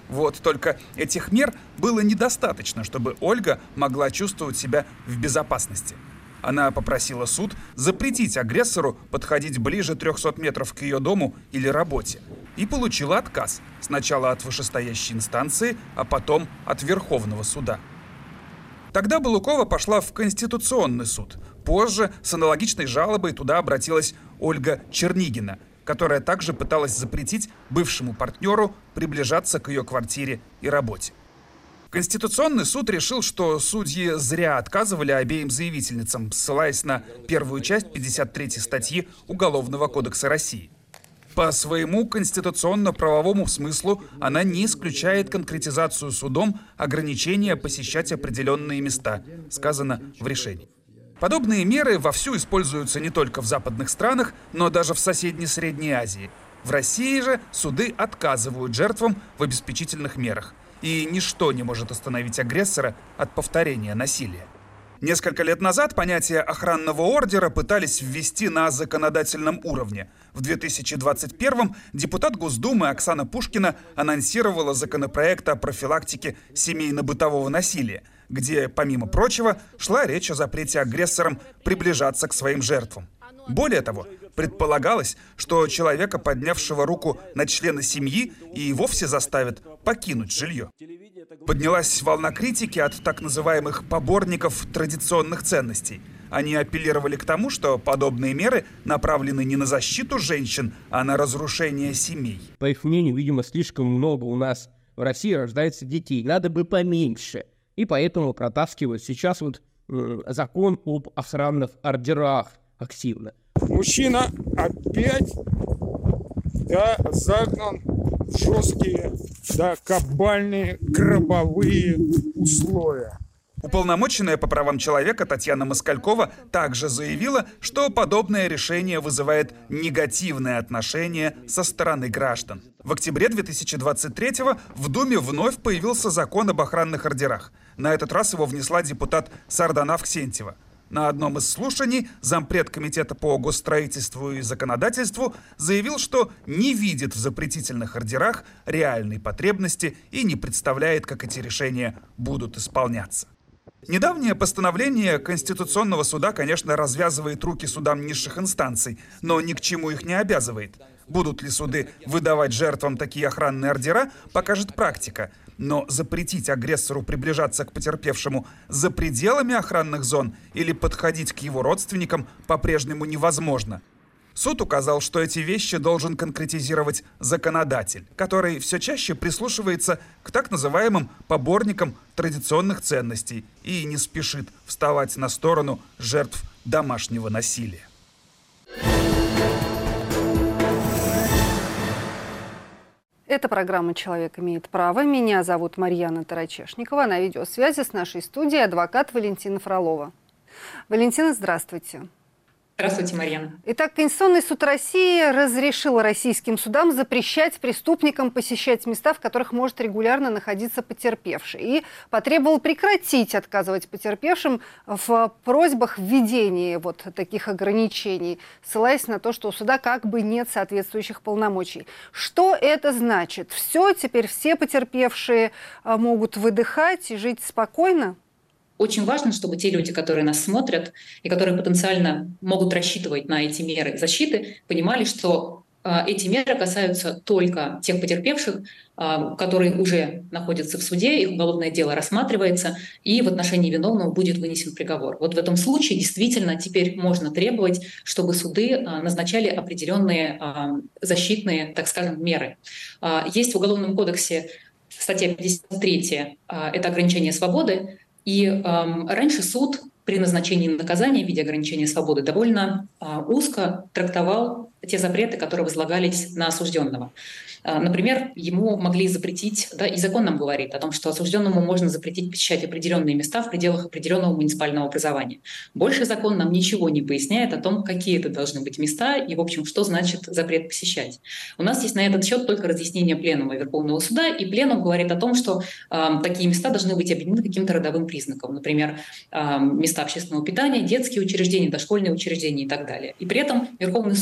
Вот только этих мер было недостаточно, чтобы Ольга могла чувствовать себя в безопасности. Она попросила суд запретить агрессору подходить ближе 300 метров к ее дому или работе. И получила отказ. Сначала от вышестоящей инстанции, а потом от Верховного суда. Тогда Балукова пошла в Конституционный суд. Позже с аналогичной жалобой туда обратилась Ольга Чернигина, которая также пыталась запретить бывшему партнеру приближаться к ее квартире и работе. Конституционный суд решил, что судьи зря отказывали обеим заявительницам, ссылаясь на первую часть 53 статьи Уголовного кодекса России. По своему конституционно-правовому смыслу она не исключает конкретизацию судом ограничения посещать определенные места, сказано в решении. Подобные меры вовсю используются не только в западных странах, но даже в соседней Средней Азии. В России же суды отказывают жертвам в обеспечительных мерах. И ничто не может остановить агрессора от повторения насилия. Несколько лет назад понятие охранного ордера пытались ввести на законодательном уровне. В 2021-м депутат Госдумы Оксана Пушкина анонсировала законопроект о профилактике семейно-бытового насилия, где, помимо прочего, шла речь о запрете агрессорам приближаться к своим жертвам. Более того, предполагалось, что человека, поднявшего руку на члена семьи, и вовсе заставят покинуть жилье. Поднялась волна критики от так называемых поборников традиционных ценностей. Они апеллировали к тому, что подобные меры направлены не на защиту женщин, а на разрушение семей. По их мнению, видимо, слишком много у нас в России рождается детей. Надо бы поменьше. И поэтому протаскивают сейчас закон об охранных ордерах активно. Мужчина опять загнан в жесткие, кабальные, гробовые условия. Уполномоченная по правам человека Татьяна Москалькова также заявила, что подобное решение вызывает негативное отношение со стороны граждан. В октябре 2023-го в Думе вновь появился закон об охранных ордерах. На этот раз его внесла депутат Сардана Авксентьева. На одном из слушаний зампред комитета по госстроительству и законодательству заявил, что не видит в запретительных ордерах реальной потребности и не представляет, как эти решения будут исполняться. Недавнее постановление Конституционного суда, конечно, развязывает руки судам низших инстанций, но ни к чему их не обязывает. Будут ли суды выдавать жертвам такие охранные ордера, покажет практика. Но запретить агрессору приближаться к потерпевшему за пределами охранных зон или подходить к его родственникам по-прежнему невозможно. Суд указал, что эти вещи должен конкретизировать законодатель, который все чаще прислушивается к так называемым поборникам традиционных ценностей и не спешит вставать на сторону жертв домашнего насилия. Это программа «Человек имеет право». Меня зовут Марьяна Тарачешникова. На видеосвязи с нашей студией адвокат Валентина Фролова. Валентина, здравствуйте. Здравствуйте, Марьяна. Итак, Конституционный суд России разрешил российским судам запрещать преступникам посещать места, в которых может регулярно находиться потерпевший. И потребовал прекратить отказывать потерпевшим в просьбах введения таких ограничений, ссылаясь на то, что у суда как бы нет соответствующих полномочий. Что это значит? Теперь все потерпевшие могут выдыхать и жить спокойно? Очень важно, чтобы те люди, которые нас смотрят и которые потенциально могут рассчитывать на эти меры защиты, понимали, что эти меры касаются только тех потерпевших, которые уже находятся в суде, их уголовное дело рассматривается, и в отношении виновного будет вынесен приговор. Вот в этом случае действительно теперь можно требовать, чтобы суды назначали определенные защитные, так скажем, меры. Есть в Уголовном кодексе статья 53, это ограничение свободы. И раньше суд при назначении наказания в виде ограничения свободы довольно узко трактовал те запреты, которые возлагались на осужденного. Например, ему могли запретить, и закон нам говорит о том, что осужденному можно запретить посещать определенные места в пределах определенного муниципального образования. Больше закон нам ничего не поясняет о том, какие это должны быть места и, в общем, что значит запрет посещать. У нас есть на этот счет только разъяснение Пленума Верховного суда, и Пленум говорит о том, что такие места должны быть объединены каким-то родовым признаком. Например, места общественного питания, детские учреждения, дошкольные учреждения и так далее. И при этом Верховный суд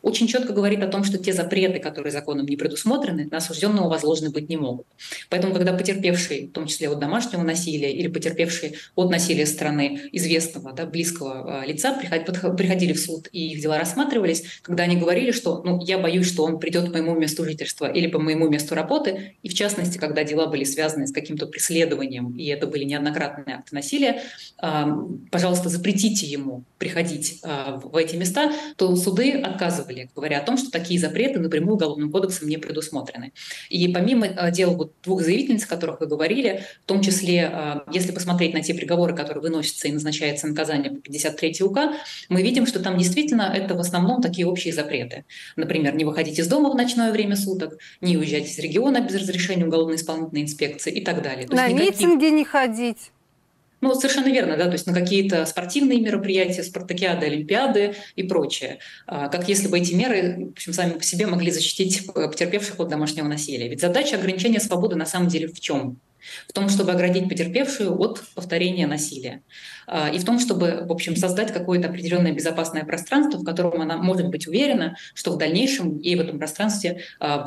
очень четко говорит о том, что те запреты, которые законом не предусмотрены, на осужденного возложены быть не могут. Поэтому, когда потерпевший, в том числе от домашнего насилия или потерпевший от насилия со стороны известного, да, близкого лица, приходили в суд и их дела рассматривались, когда они говорили, что я боюсь, что он придет по моему месту жительства или по моему месту работы, и в частности, когда дела были связаны с каким-то преследованием, и это были неоднократные акты насилия, пожалуйста, запретите ему приходить в эти места, то суды отказывали, говоря о том, что такие запреты напрямую Уголовным кодексом не предусмотрены. И помимо дел двух заявительниц, о которых вы говорили, в том числе, если посмотреть на те приговоры, которые выносятся и назначается наказание по 53 УК, мы видим, что там действительно это в основном такие общие запреты. Например, не выходить из дома в ночное время суток, не уезжать из региона без разрешения уголовно-исполнительной инспекции и так далее. На митинги не ходить. Совершенно верно, да, то есть на какие-то спортивные мероприятия, спартакиады, олимпиады и прочее. Как если бы эти меры, в общем, сами по себе могли защитить потерпевших от домашнего насилия. Ведь задача ограничения свободы на самом деле в чем? В том, чтобы оградить потерпевшую от повторения насилия. И в том, чтобы, в общем, создать какое-то определенное безопасное пространство, в котором она может быть уверена, что в дальнейшем ей в этом пространстве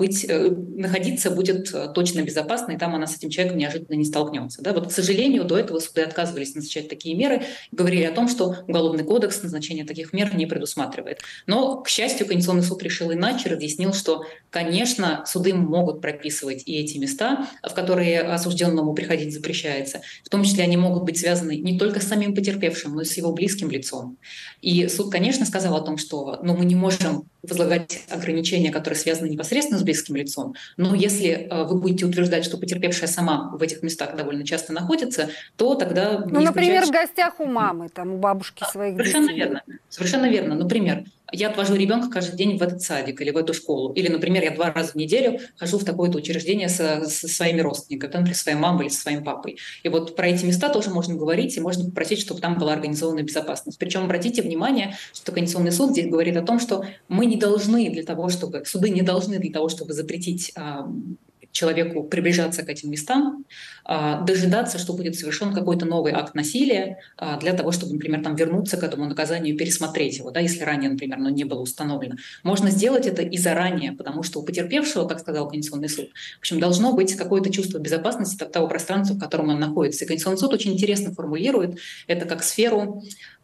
находиться будет точно безопасно, и там она с этим человеком неожиданно не столкнется. Да? К сожалению, до этого суды отказывались назначать такие меры, говорили о том, что Уголовный кодекс назначение таких мер не предусматривает. Но, к счастью, Конституционный суд решил иначе, разъяснил, что, конечно, суды могут прописывать и эти места, в которые осужденному приходить запрещается. В том числе они могут быть связаны не только с самим потерпевшим, но и с его близким лицом. И суд, конечно, сказал о том, что мы не можем возлагать ограничения, которые связаны непосредственно с близким лицом, но если вы будете утверждать, что потерпевшая сама в этих местах довольно часто находится, то тогда... например, в гостях у мамы, у бабушки своих детей. Совершенно верно. Например, я отвожу ребенка каждый день в этот садик или в эту школу. Или, например, я 2 раза в неделю хожу в такое-то учреждение со своими родственниками, например, своей мамой или со своим папой. И про эти места тоже можно говорить, и можно попросить, чтобы там была организована безопасность. Причем обратите внимание, что Конституционный суд здесь говорит о том, что мы не должны суды не должны для того, чтобы запретить человеку приближаться к этим местам, дожидаться, что будет совершен какой-то новый акт насилия для того, чтобы, например, вернуться к этому наказанию и пересмотреть его, если ранее, например, не было установлено. Можно сделать это и заранее, потому что у потерпевшего, как сказал Конституционный суд, в общем, должно быть какое-то чувство безопасности от того пространства, в котором он находится. И Конституционный суд очень интересно формулирует это как сферу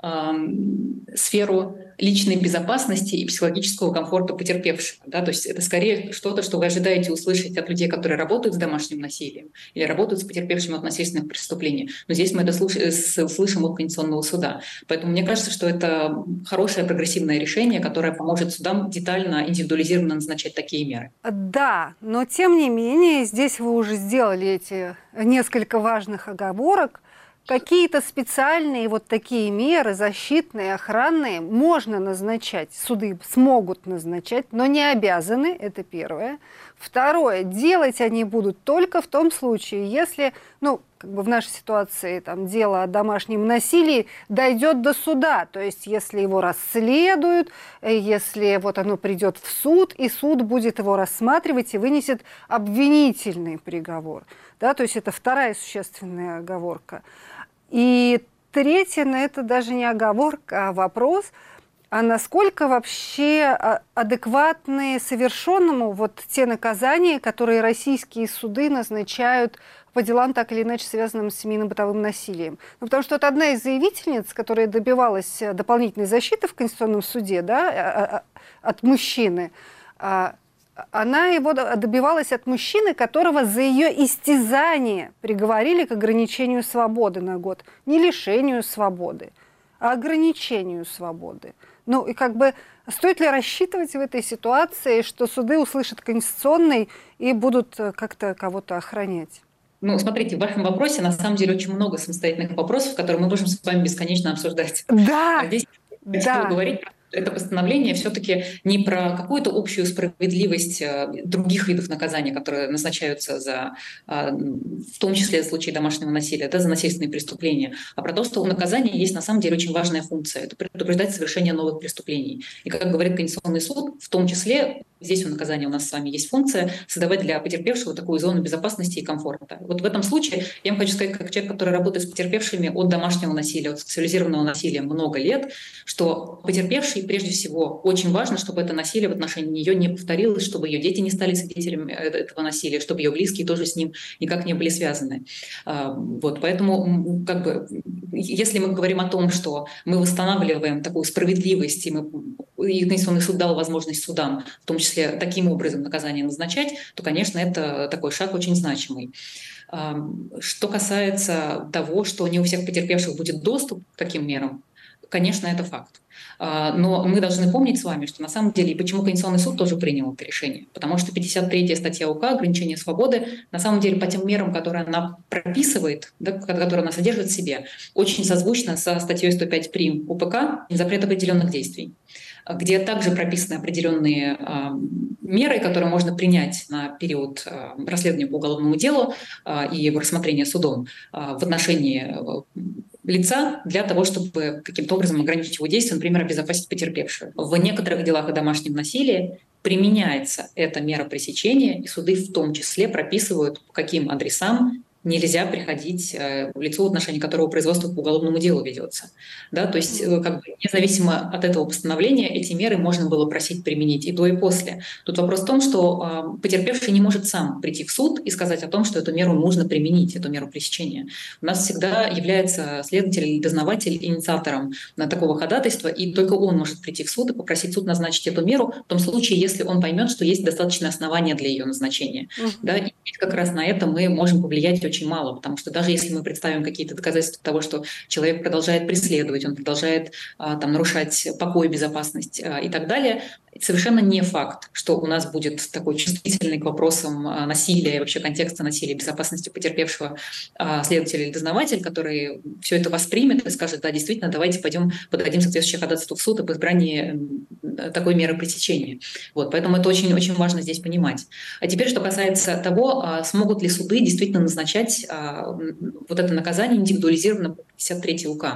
личной безопасности и психологического комфорта потерпевшего. Да? То есть это скорее что-то, что вы ожидаете услышать от людей, которые работают с домашним насилием или работают с потерпевшими от насильственных преступлений. Но здесь мы это слышим от Конституционного суда. Поэтому мне кажется, что это хорошее прогрессивное решение, которое поможет судам детально, индивидуализированно назначать такие меры. Да, но тем не менее, здесь вы уже сделали эти несколько важных оговорок. Какие-то специальные такие меры, защитные, охранные, можно назначать, суды смогут назначать, но не обязаны, это первое. Второе, делать они будут только в том случае, если, в нашей ситуации дело о домашнем насилии дойдет до суда, то есть если его расследуют, если оно придет в суд, и суд будет его рассматривать и вынесет обвинительный приговор. Да, то есть это вторая существенная оговорка. И третье, но это даже не оговорка, а вопрос, а насколько вообще адекватны совершенному те наказания, которые российские суды назначают по делам, так или иначе связанным с семейно-бытовым насилием. Потому что одна из заявительниц, которая добивалась дополнительной защиты в Конституционном суде, да, от мужчины, она его добивалась от мужчины, которого за ее истязание приговорили к ограничению свободы на год. Не лишению свободы, а ограничению свободы. И стоит ли рассчитывать в этой ситуации, что суды услышат Конституционный и будут как-то кого-то охранять? Смотрите, в вашем вопросе на самом деле очень много самостоятельных вопросов, которые мы можем с вами бесконечно обсуждать. Да, здесь хочу говорить это постановление все-таки не про какую-то общую справедливость других видов наказания, которые назначаются в том числе в случае домашнего насилия, за насильственные преступления, а про то, что у наказания есть на самом деле очень важная функция — это предупреждать совершение новых преступлений. И, как говорит Конституционный суд, в том числе здесь у наказания у нас с вами есть функция создавать для потерпевшего такую зону безопасности и комфорта. Вот в этом случае я вам хочу сказать, как человек, который работает с потерпевшими от домашнего насилия, от сексуализированного насилия много лет, что потерпевшей прежде всего очень важно, чтобы это насилие в отношении нее не повторилось, чтобы ее дети не стали свидетелями этого насилия, чтобы ее близкие тоже с ним никак не были связаны. Вот, поэтому как бы, если мы говорим о том, что мы восстанавливаем такую справедливость, и Конституционный суд дал возможность судам, в том числе таким образом наказание назначать, то, конечно, это такой шаг очень значимый. Что касается того, что не у всех потерпевших будет доступ к таким мерам, конечно, это факт. Но мы должны помнить с вами, что на самом деле, и почему Конституционный суд тоже принял это решение, потому что 53-я статья УК «Ограничение свободы» на самом деле по тем мерам, которые она прописывает, да, которые она содержит в себе, очень созвучна со статьей 105 прим. УПК «Запрет определенных действий», где также прописаны определенные меры, которые можно принять на период расследования по уголовному делу и его рассмотрения судом в отношении лица для того, чтобы каким-то образом ограничить его действия, например, обезопасить потерпевшего. В некоторых делах о домашнем насилии применяется эта мера пресечения, и суды в том числе прописывают, по каким адресам нельзя приходить лицу, в отношении которого производство по уголовному делу ведется. Да, то есть как бы, независимо от этого постановления эти меры можно было просить применить и до, и после. Тут вопрос в том, что потерпевший не может сам прийти в суд и сказать о том, что эту меру нужно применить, эту меру пресечения. У нас всегда является следователь или дознаватель инициатором такого ходатайства, и только он может прийти в суд и попросить суд назначить эту меру в том случае, если он поймет, что есть достаточное основание для ее назначения. Да, и как раз на это мы можем повлиять очень мало, потому что даже если мы представим какие-то доказательства того, что человек продолжает преследовать, он продолжает там, нарушать покой, безопасность и так далее, совершенно не факт, что у нас будет такой чувствительный к вопросам насилия и вообще контекста насилия, безопасности потерпевшего следователь или дознаватель, который все это воспримет и скажет: да, действительно, давайте пойдем подадим соответствующее ходатайство в суд об избрании такой меры пресечения. Вот, поэтому это очень-очень важно здесь понимать. А теперь, что касается того, смогут ли суды действительно назначать вот это наказание индивидуализированно по 53 УК.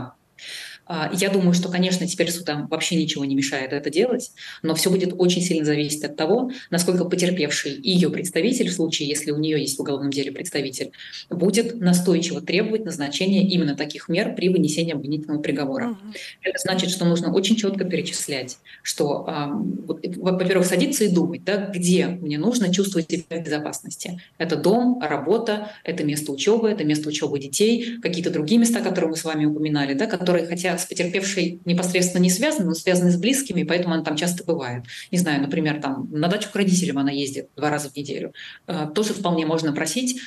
Я думаю, что, конечно, теперь судам вообще ничего не мешает это делать, но все будет очень сильно зависеть от того, насколько потерпевший и ее представитель, в случае, если у нее есть в уголовном деле представитель, будет настойчиво требовать назначения именно таких мер при вынесении обвинительного приговора. Это значит, что нужно очень четко перечислять, что, во-первых, садиться и думать, да, где мне нужно чувствовать себя в безопасности. Это дом, работа, это место учебы детей, какие-то другие места, которые мы с вами упоминали, да, которые, хотя с потерпевшей непосредственно не связаны, но связаны с близкими, поэтому она там часто бывает. Не знаю, например, там на дачу к родителям она ездит 2 раза в неделю. Тоже вполне можно просить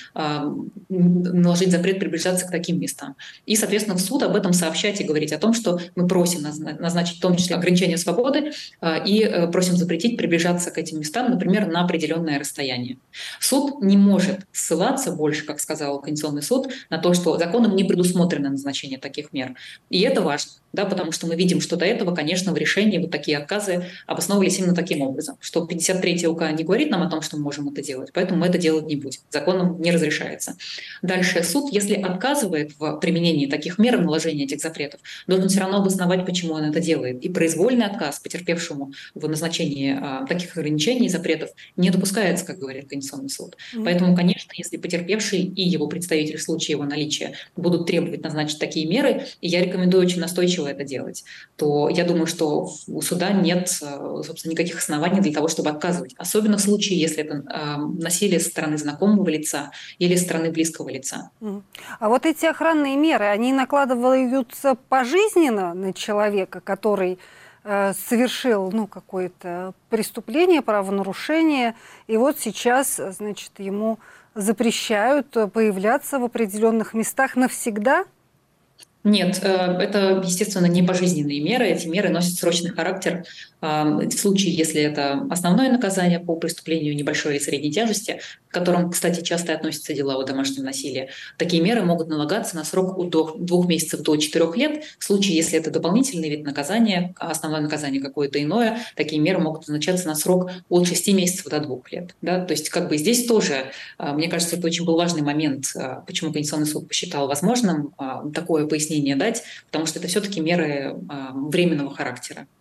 наложить запрет приближаться к таким местам. И, соответственно, в суд об этом сообщать и говорить о том, что мы просим назначить в том числе ограничение свободы и просим запретить приближаться к этим местам, например, на определенное расстояние. Суд не может ссылаться больше, как сказал Конституционный суд, на то, что законом не предусмотрено назначение таких мер. И это важно, да, потому что мы видим, что до этого, конечно, в решении вот такие отказы обосновывались именно таким образом, что 53-я УК не говорит нам о том, что мы можем это делать, поэтому мы это делать не будем. Законом не разрешается. Дальше суд, если отказывает в применении таких мер, в наложении этих запретов, должен все равно обосновать, почему он это делает. И произвольный отказ потерпевшему в назначении таких ограничений и запретов не допускается, как говорит Конституционный суд. Поэтому, конечно, если потерпевший и его представитель в случае его наличия будут требовать назначить такие меры, и я рекомендую очень настойчиво это делать, то я думаю, что у суда нет, собственно, никаких оснований для того, чтобы отказывать. Особенно в случае, если это насилие со стороны знакомого лица или со стороны близкого лица. А вот эти охранные меры, они накладываются пожизненно на человека, который совершил какое-то преступление, правонарушение, и вот сейчас, значит, ему запрещают появляться в определенных местах навсегда? Нет, это, естественно, не пожизненные меры. Эти меры носят срочный характер в случае, если это основное наказание по преступлению небольшой или средней тяжести, к которым, кстати, часто относятся дела о домашнем насилии. Такие меры могут налагаться на срок от 2 месяцев до 4 лет. В случае, если это дополнительный вид наказания, а основное наказание какое-то иное, такие меры могут назначаться на срок от 6 месяцев до 2 лет. Да? То есть как бы здесь тоже, мне кажется, это очень был важный момент, почему Конституционный суд посчитал возможным такое пояснение дать, потому что это все-таки меры временного характера.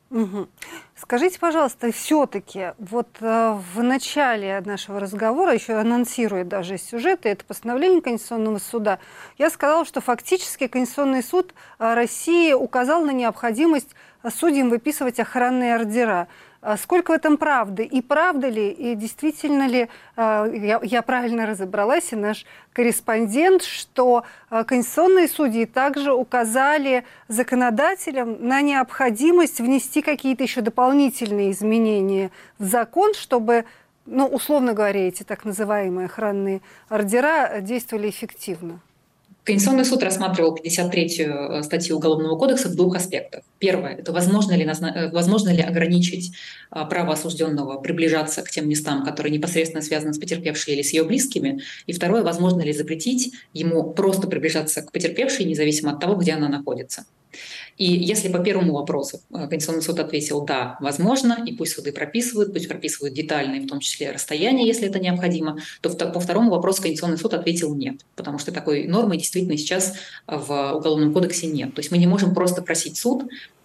Угу. Скажите, пожалуйста, все-таки вот в начале нашего разговора, еще анонсируя даже сюжет, и это постановление Конституционного суда, я сказала, что фактически Конституционный суд России указал на необходимость судьям выписывать охранные ордера. Сколько в этом правды? И правда ли, и действительно ли, я правильно разобралась, и наш корреспондент, что конституционные судьи также указали законодателям на необходимость внести какие-то еще дополнительные изменения в закон, чтобы, ну, условно говоря, эти так называемые охранные ордера действовали эффективно? Конституционный суд рассматривал 53-ю статью Уголовного кодекса в двух аспектах. Первое – это возможно ли ограничить право осужденного приближаться к тем местам, которые непосредственно связаны с потерпевшей или с ее близкими. И второе – возможно ли запретить ему просто приближаться к потерпевшей, независимо от того, где она находится. И если по первому вопросу Конституционный суд ответил «да, возможно», и пусть суды прописывают, пусть прописывают детальные, в том числе расстояние, если это необходимо, то по второму вопросу Конституционный суд ответил «нет», потому что такой нормы действительно сейчас в Уголовном кодексе нет. То есть мы не можем просто просить суд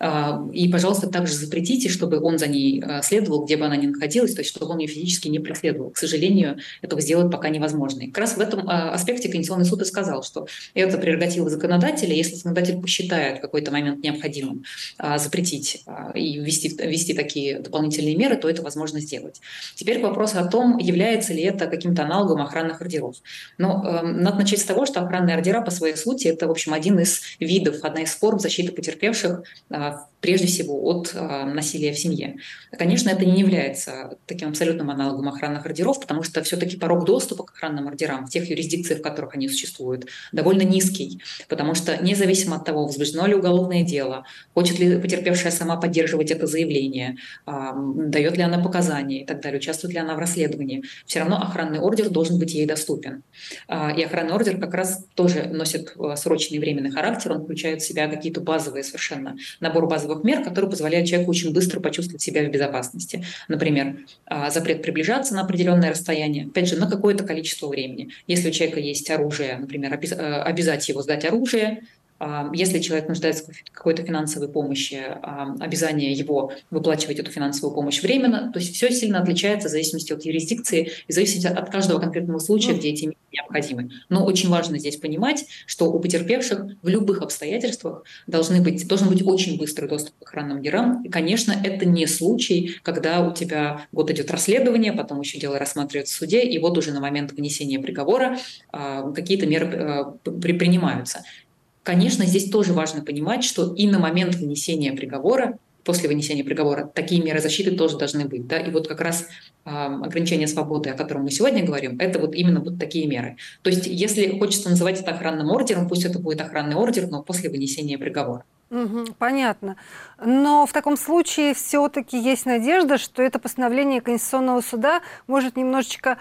и, пожалуйста, также запретите, чтобы он за ней следовал, где бы она ни находилась, то есть чтобы он ее физически не преследовал. К сожалению, этого сделать пока невозможно. И как раз в этом аспекте Конституционный суд и сказал, что это прерогатива законодателя. Если законодатель посчитает в какой-то момент необходимым запретить и ввести такие дополнительные меры, то это возможно сделать. Теперь к вопросу о том, является ли это каким-то аналогом охранных ордеров. Но надо начать с того, что охранные ордера по своей сути это, в общем, один из видов, одна из форм защиты потерпевших прежде всего от насилия в семье. Конечно, это не является таким абсолютным аналогом охранных ордеров, потому что все-таки порог доступа к охранным ордерам в тех юрисдикциях, в которых они существуют, довольно низкий, потому что независимо от того, возбуждено ли уголовное дело, хочет ли потерпевшая сама поддерживать это заявление, дает ли она показания и так далее, участвует ли она в расследовании, все равно охранный ордер должен быть ей доступен. И охранный ордер как раз тоже носит срочный и временный характер, он включает в себя какие-то базовые совершенно набор базовых мер, которые позволяют человеку очень быстро почувствовать себя в безопасности. Например, запрет приближаться на определенное расстояние, опять же, на какое-то количество времени. Если у человека есть оружие, например, обязать его сдать оружие. Если человек нуждается в какой-то финансовой помощи, обязание его выплачивать эту финансовую помощь временно. То есть все сильно отличается в зависимости от юрисдикции и в зависимости от каждого конкретного случая, где эти меры необходимы. Но очень важно здесь понимать, что у потерпевших в любых обстоятельствах должен быть очень быстрый доступ к охранным ордерам. И, конечно, это не случай, когда у тебя вот идет расследование, потом еще дело рассматривается в суде, и вот уже на момент вынесения приговора какие-то меры принимаются. Конечно, здесь тоже важно понимать, что и на момент вынесения приговора, после вынесения приговора, такие меры защиты тоже должны быть. Да? И вот как раз ограничение свободы, о котором мы сегодня говорим, это вот именно вот такие меры. То есть если хочется называть это охранным ордером, пусть это будет охранный ордер, но после вынесения приговора. Понятно. Но в таком случае все-таки есть надежда, что это постановление Конституционного суда может немножечко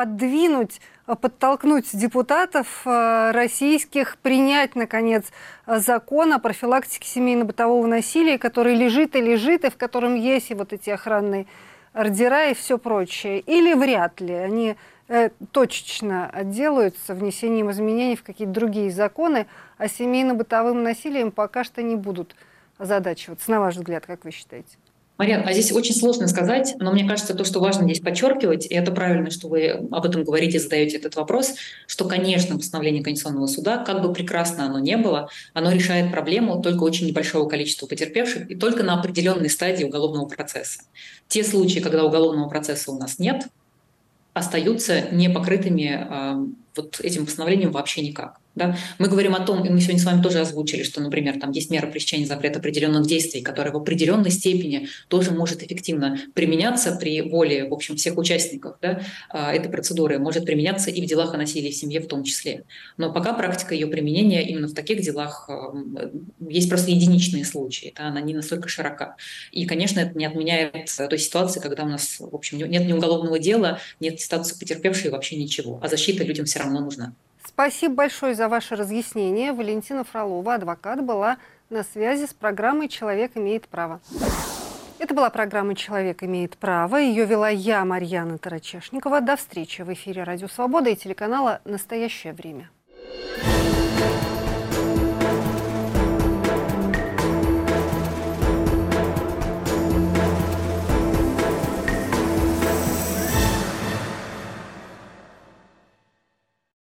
подтолкнуть депутатов российских принять, наконец, закон о профилактике семейно-бытового насилия, который лежит, и в котором есть и вот эти охранные ордера и все прочее. Или вряд ли они точечно отделаются внесением изменений в какие-то другие законы, а семейно-бытовым насилием пока что не будут озадачиваться. На ваш взгляд, как вы считаете? Марьяна, а здесь очень сложно сказать, но мне кажется, то, что важно здесь подчеркивать, и это правильно, что вы об этом говорите, задаете этот вопрос, что, конечно, постановление Конституционного суда, как бы прекрасно оно ни было, оно решает проблему только очень небольшого количества потерпевших и только на определенной стадии уголовного процесса. Те случаи, когда уголовного процесса у нас нет, остаются непокрытыми вот этим постановлением вообще никак. Да? Мы говорим о том, и мы сегодня с вами тоже озвучили, что, например, там есть мера пресечения запрета определенных действий, которая в определенной степени тоже может эффективно применяться при воле, в общем, всех участников, да, этой процедуры, может применяться и в делах о насилии в семье в том числе. Но пока практика ее применения именно в таких делах есть просто единичные случаи, да, она не настолько широка. И, конечно, это не отменяет той ситуации, когда у нас, в общем, нет ни уголовного дела, нет статуса потерпевшей, вообще ничего, а защита людям все равно нужна. Спасибо большое за ваше разъяснение. Валентина Фролова, адвокат, была на связи с программой «Человек имеет право». Это была программа «Человек имеет право». Ее вела я, Марьяна Тарачешникова. До встречи в эфире «Радио Свобода» и телеканала «Настоящее время».